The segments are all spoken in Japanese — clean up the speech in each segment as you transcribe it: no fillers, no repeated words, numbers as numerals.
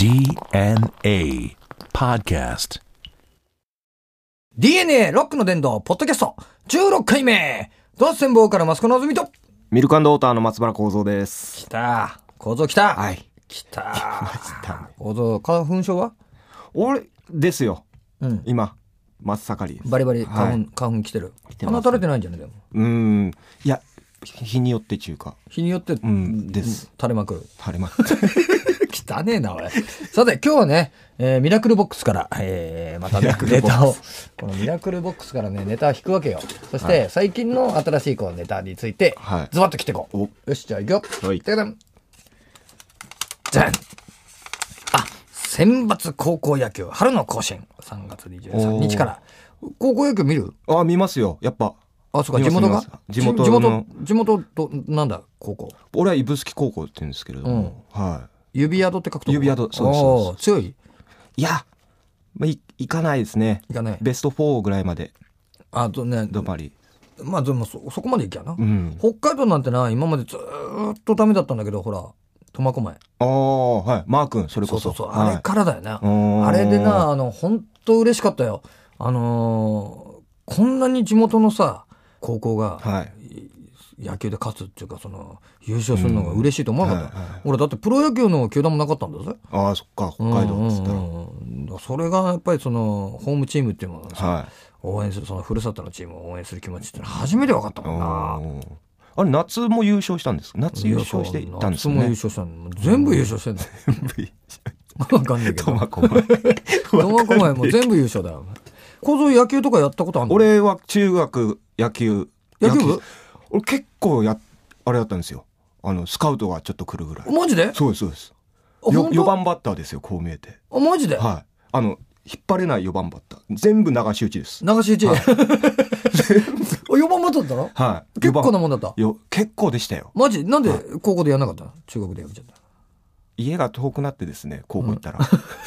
DNA Podcast DNA ロックの伝道ポッドキャスト16回目ドアッセンボーからマスコのぞみとミルク&ウォーターの松原幸三です。 来た構造来たはい来た来ましたね。 構造花粉症は俺ですよ、 うん今真っ盛りです。 バリバリ花粉、 はい、 花粉来てる来てます鼻垂れてないんじゃないでもいや日によって中華日によって、 です垂れまくる垂れま汚ねえなおいさて今日はね、ミラクルボックスから、またねネタをこのミラクルボックスからねネタを引くわけよ。そして、はい、最近の新しいこうネタについて、はい、ズバッと切っていこう。よしじゃあいくよ。はい、じゃん選抜高校野球春の甲子園3月23日から高校野球見る？ 見ますよやっぱ。 そうか地元が地元となんだ高校。 俺は指宿高校って言うんですけれども、はい。 指宿って書くとこ。 指宿そうです。 強い？ いや、いかないですね。 いかない。 ベスト4ぐらいまで。 ね。 どまり。 でもそこまでいきゃな、北海道なんてな今までずっとダメだったんだけどほら苫小牧。 はい。マー君それこそ。 そう、はい、あれからだよな。あれでな本当嬉しかったよ。こんなに地元のさ高校が、野球で勝つっていうかその優勝するのが嬉しいと思わなかった、俺だってプロ野球の球団もなかったんだぜ。 そっか北海道っつったら、 それがやっぱりそのホームチームっていうものをさ、応援するそのふるさとのチームを応援する気持ちって初めて分かったもんな。 あれ夏も優勝したんですか？夏優勝していったんですね。 夏も優勝したんだ。全部優勝してんだ。分かんないけど苫小牧もう全部優勝だよ。構造野球とかやったことあるの？ 俺は中学野球部？ 俺結構あれだったんですよ。スカウトがちょっと来るぐらい。 マジで？ そうです4番バッターですよこう見えて。 マジで？ はい。引っ張れない4番バッター全部流し打ちです。 流し打ち、4番バッターだったの？はい。結構なもんだった？ 結構でしたよ。 マジ？なんで高校でやんなかったの？中学でやめちゃった。 家が遠くなってですね高校行ったら、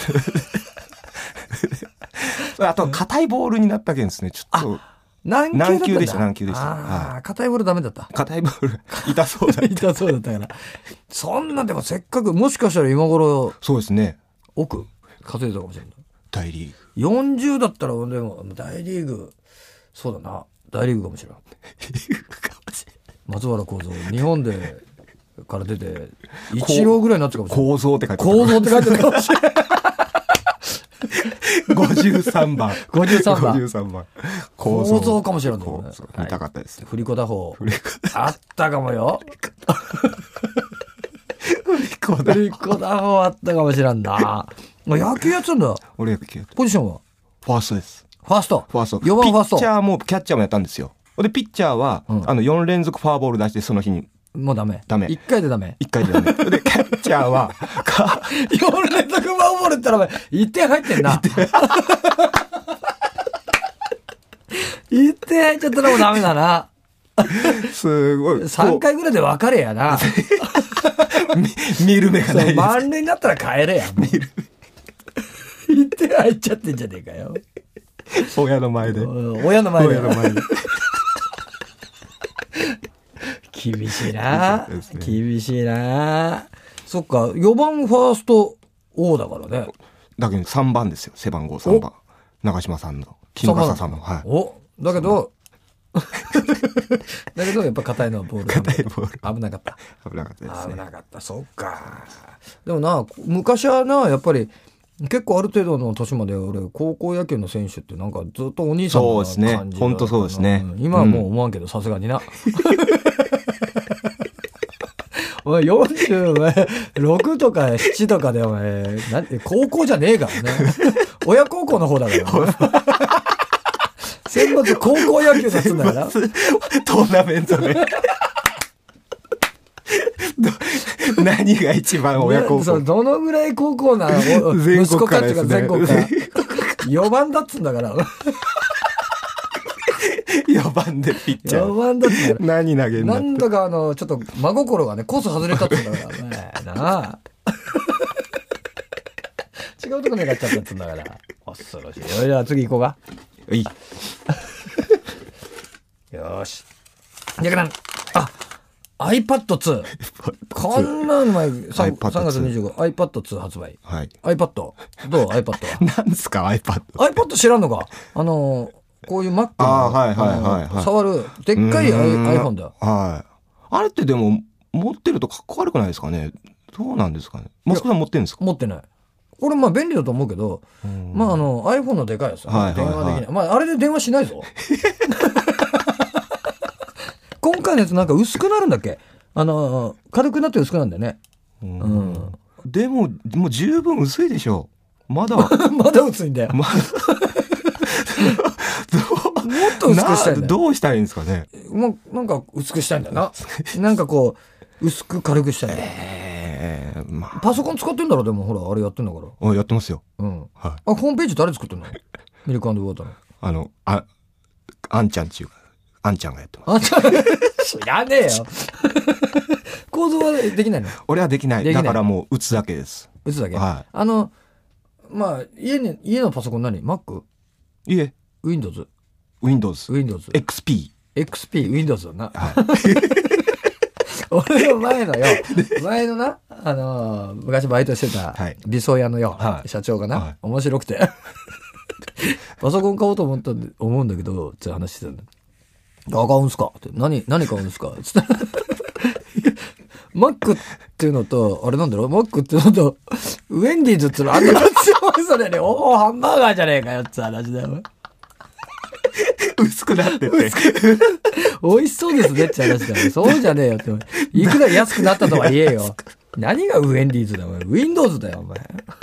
あと硬いボールになったけんですね。ちょっと軟球でした。 硬いボールダメだった。 硬いボール痛そうだった痛そうだったからそんなでもせっかくもしかしたら今頃そうですね奥稼いでたかもしれない。 大リーグ40だったらでも大リーグそうだな大リーグかもしれない松原幸三日本でから出て一郎ぐらいになってたかもしれない。 構造って書いて構造って書いてるかもしれない 53番構造かもしれない、 見たかったです、 振り子打法あったかもよ振り子打法あったかもしれんな。野球やってたんだ。 俺野球やってポジションはファーストです。 ファースト 4番ファースト。ピッチャーもキャッチャーもやったんですよ。でピッチャーは、4連続フォアボール出してその日にもうダメ。 1 回でダメ。 でキャッチャーは 4連続フォアボールって言ったら1点入ってんな1点入っちゃったらもうダメだなすごい 3回ぐらいで別れやな見る目がないです。 満塁になったら帰れや1点入っちゃってんじゃねえかよ親の前で厳しいな、厳しいな。そっか4番ファースト王だからね。 だけど3番ですよ。背番号3番長嶋さんの衣笠さんの、 だけどやっぱ硬いのはボール危なかったですね。危なかった。そっか。でもな昔はなやっぱり結構ある程度の年まで俺高校野球の選手ってなんかずっとお兄さんの感じ。 そうですね。本当そうですね。 今はもう思わんけどさすがにな。お前46とか7とかでお前高校じゃねえからね。親孝行の方だから選抜高校野球だったんだからトーナメントで何が一番親孝行どのぐらい高校な全国からですね。 全国から4番だっつんだから 4番でピッチャー 4番だっつんだから何投げんだってなんだかちょっと真心がねコース外れたっつんだからねなあ違うとこ狙っちゃったっつんだから恐ろしい。じゃあ次行こうか。 いいよーし。じゃあ iPad2 こんなの前 3月25 iPad2 発売、 はい、 iPad どう iPad は何ですか iPad 知らんのかこういう Mac の触るでっかい iPhone だよ。 はい。あれってでも持ってるとかっこ悪くないですかね。どうなんですかね。マスコさん持ってるんですか。 持ってない。これまあ便利だと思うけど、まあiPhone のでかいやつ、電話できない。まああれで電話しないぞ。今回のやつなんか薄くなるんだっけ。軽くなって薄くなるんだよね。 でももう十分薄いでしょう。まだまだ薄いんだよ。もっと薄くしたいんだよ。 どうしたらいいんですかね。 もうなんか薄くしたいんだよな。なんかこう薄く軽くしたいんだよ。パソコン使ってんだろ。でもほらあれやってんだから。 やってますよ。 はい。ホームページ誰作ってんの。ミルク&ウォーターの。 あんちゃんっていうかあんちゃんがやってます。 知らねえよ。構造はできないの。 俺はできない。だからもう打つだけです。 打つだけ。 はい。 まあ家のパソコン何 Mac？ いえ Windows XP Windows だな。はい俺の前のな、昔バイトしてた美装屋のよ、社長がな、面白くて。パソコン買おうと思うんだけど、って話してたんだ。買うんすかって。何買うんすかつったら。Mac っていうのと、あれなんだろう Mac っていうのと、ウェンディーズっていうのあんだろそれね、ハンバーガーじゃねえかよって話だよ。 薄くなってて美味しそうですねって話だよ。そうじゃねえよって。いくら安くなったとは言えよ。何がウェンディーズだよ。Windows だよ、お前。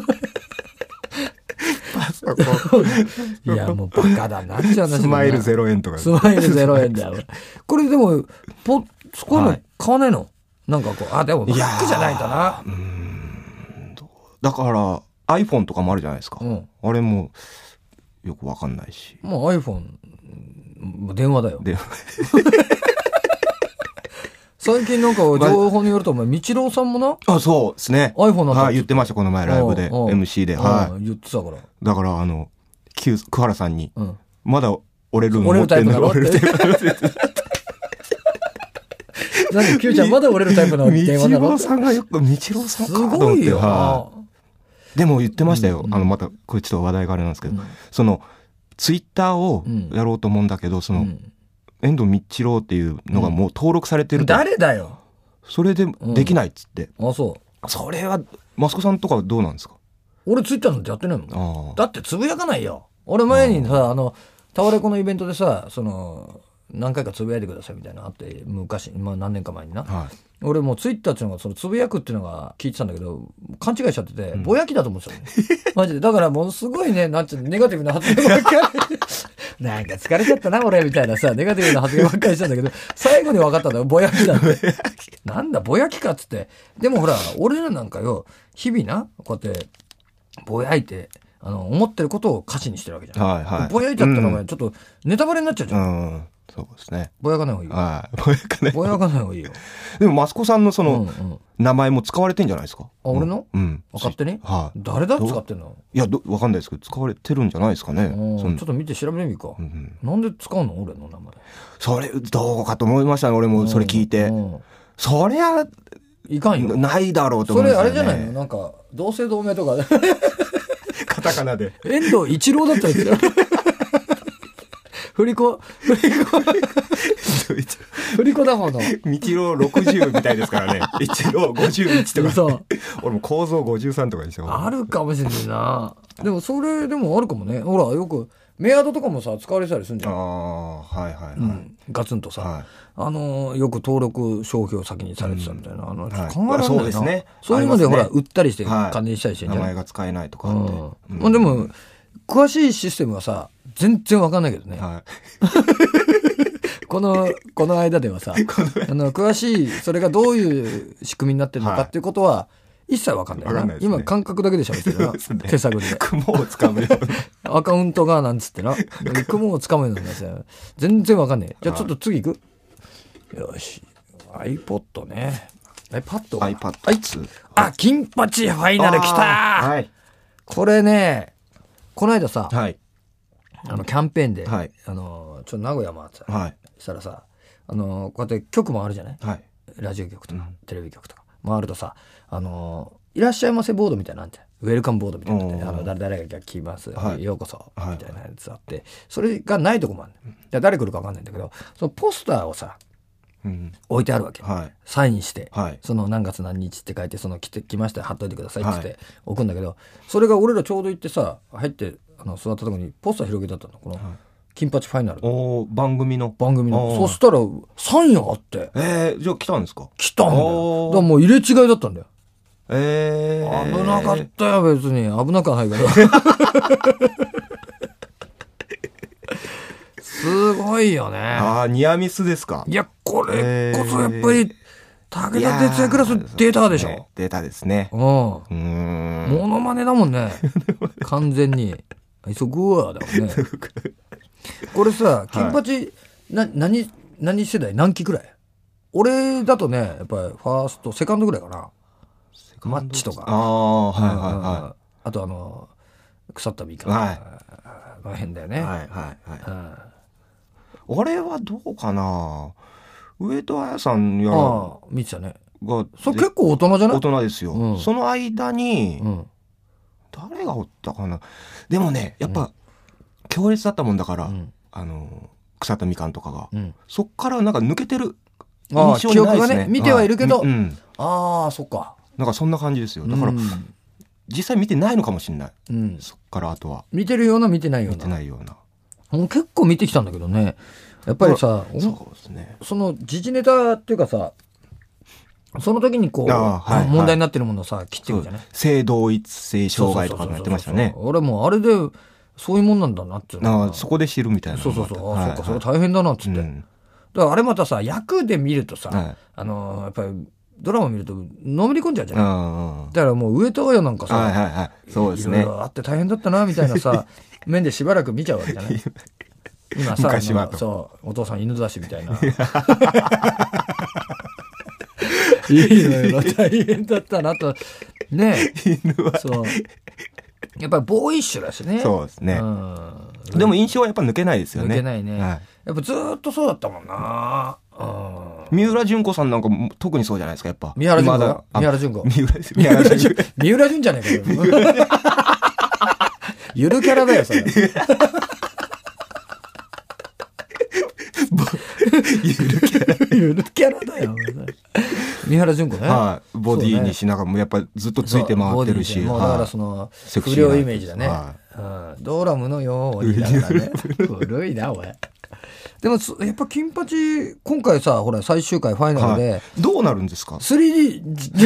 パソコン。いや、もうバカだなって話だよ。 スマイル0円とか。 スマイル0円だよ。これでも、そこの買わないの、なんかこう、でも Mac じゃないんだな。 だから、iPhone とかもあるじゃないですか。あれも、よくわかんないし。 もう iPhone、電話だよ。最近なんか情報によると、みちろうさんもな。 そうですね。 iPhone なんだ。 言ってました、この前ライブで、MC で。 言ってたから。 だから、桑原さんに、まだ折れるの折れるタイプなのって。何 Q ちゃんまだ折れるタイプの電話なの。 みちろうさんがよく、みちろうさんかすごいよ。 でも言ってましたよ。また、これちょっと話題があれなんですけど、ツイッターをやろうと思うんだけど、遠藤みちろうっていうのがもう登録されてる。 誰だよ。 それでできないっつって。 そう。 それは、マスコさんとかはどうなんですか。 俺ツイッターなんてやってないもん。だってつぶやかないよ。俺前にさ、タワレコのイベントでさ、何回かつぶやいてくださいみたいなのあって、昔、何年か前にな。俺もうツイッターっていうのが、つぶやくっていうのが聞いてたんだけど、勘違いしちゃってて、ぼやきだと思ってたのね。マジで。だからもうすごいね、ネガティブな発言ばっかり。なんか疲れちゃったな、俺、みたいなさ、ネガティブな発言ばっかりしたんだけど、最後に分かったんだよ、ぼやきだって。なんだ、ぼやきかっつって。でもほら、俺らなんかよ、日々な、こうやって、ぼやいて、思ってることを歌詞にしてるわけじゃん。ぼやいちゃったら、ちょっとネタバレになっちゃうじゃん。 そうですね。 ぼやかない方がいいよ。ぼやかない方がいいよ。 でも、マスコさんの名前も使われてんじゃないですか。 俺の勝手に誰だ使ってんの。 いや、わかんないですけど、使われてるんじゃないですかね。 ちょっと見て調べてみるか。なんで使うの俺の名前。 それ、どうかと思いましたね。俺もそれ聞いて。そりゃ、 いかんよ。 ないだろうと思いますよね。 それあれじゃないのなんか、同姓同名とか。 カタカナで。 遠藤一郎だったんですよ。振り子だもの。 みちろう60みたいですからね。一郎51とか。 そう。 俺も構造53とかにしたあるかもしれないな。でもそれでもあるかもね。ほら、よく、メアドとかもさ、使われてたりするんじゃん。 はい。 ガツンとさ。よく登録商標先にされてたみたいな。考えられないな。 そうですね。 そういうのでほら、売ったりして関連したりしてんじゃん。 名前が使えないとかって。 まあでも、詳しいシステムはさ、全然わかんないけどね。この間ではさ、詳しい、それがどういう仕組みになってるのかっていうことは、一切わかんないな。今、感覚だけで喋ってるな。手探りで。 雲をつかむような。アカウントがなんつってな。雲をつかむような話だよ。全然わかんない。じゃあちょっと次行く？よし。iPod ね。iPad。 iPad。 金八ファイナル来た！これね、この間さ、キャンペーンで、ちょっと名古屋回ってた。したらさ、こうやって局もあるじゃない？ ラジオ局とか、テレビ局とか回るとさ、いらっしゃいませボードみたいなのあんじゃん。ウェルカムボードみたいな、誰が来ます、ようこそみたいなやつあって、それがないとこもあるんだよ。誰来るか分かんないんだけど、そのポスターをさ、置いてあるわけ、サインして、その何月何日って書いて、その来ましたら貼っといてくださいって言って置くんだけど、それが俺らちょうど行ってさ、入って座ったとこにポスター広げてあったの、この金八ファイナル、 番組のそしたらサインあって、 じゃあ来たんですか？ 来たんだよ。だからもう入れ違いだったんだよ。危なかったよ。別に危なくはないけどすごいよね。 ニアミスですか？ いや、これこそやっぱり武田鉄矢クラスデータでしょ。 データですね。 モノマネだもんね完全に。そこはだもんねこれさ、金八、何世代、何期くらい？俺だとね、やっぱりファーストセカンドぐらいかな。マッチとか、あと腐ったみかん、この辺だよね。 俺はどうかな、上戸彩さんやら見てたね。それ結構大人じゃない？ 大人ですよ、その間に、誰がおったかな。でもね、やっぱ強烈だったもんだから、腐ったみかんとかが、そっからなんか抜けてる印象にないですね。記憶がね、見てはいるけど、そっか、なんかそんな感じですよ。だから、実際見てないのかもしれない、そっからあとは見てるような見てないようなもう結構見てきたんだけどね。やっぱりさ、そうですね、その時事ネタっていうかさ、その時にこう、問題になってるものをさ、切っていくじゃない。 性同一性障害とかやってましたね。 俺もあれでそういうもんなんだなっていうの、 そこで知るみたいな。 そうか、それ大変だなっつって、だからあれまたさ、役で見るとさ、やっぱりドラマ見るとのめり込んじゃうじゃん。だからもう上戸彩なんかさ、 そうですね、 いろいろあって大変だったなみたいなさ面でしばらく見ちゃうわけじゃない今さ、そうお父さん犬だしみたいないいのよ、大変だったなとね。 犬はそう、やっぱりボーイッシュだしね。 そうですね、でも印象はやっぱ抜けないですよね。 抜けないね、やっぱずっとそうだったもんな。 三浦淳子さんなんか特にそうじゃないですか。やっぱ三浦淳子三浦淳じゃねえかよゆるキャラだよそれゆるキャラだよ三原淳子ね、 ボディにしながらもやっぱずっとついて回ってるし、 もうだからその不良イメージだね、ドラムのようにだからね古いなおい。でもやっぱ金八今回さ、ほら最終回ファイナルで、 どうなるんですか？ 3D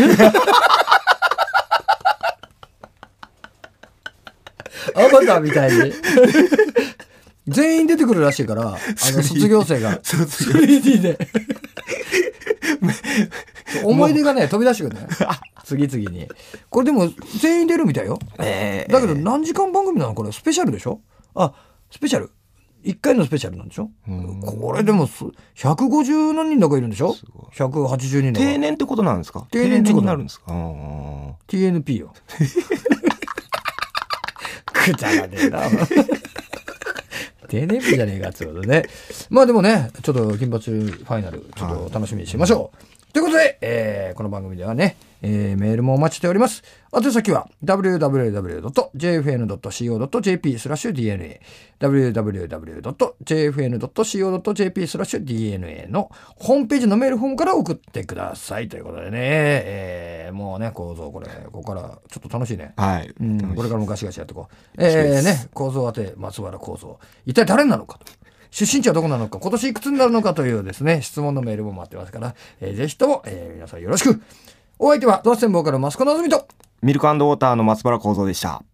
アバターみたいに全員出てくるらしいから、卒業生が 3D で思い出がね飛び出してくるね次々に。これでも全員出るみたいよ、だけど何時間番組なのこれ？スペシャルでしょ？スペシャル1回のスペシャルなんでしょ？これでも150何人だかいるんでしょ？180人だか。 定年ってことなんですか？ 定年になるんですか ？TNP よくだらねえな定年日じゃねえかってことでね。まあでもね、ちょっと金八ファイナルちょっと楽しみにしましょう、ということで、この番組ではね、メールもお待ちしております。宛先は www.jfn.co.jp/dna www.jfn.co.jp/dna のホームページのメールフォームから送ってくださいということでね、もうね、構造ここからちょっと楽しいね。これからもガシガシやっていこう。ね、構造当て松原構造、一体誰なのかと。出身地はどこなのか、今年いくつになるのかというですね、質問のメールも待ってますから、ぜひとも、皆さんよろしく。お相手はドアステンボーカルマスコのあずみとミルク&ウォーターの松原幸三でした。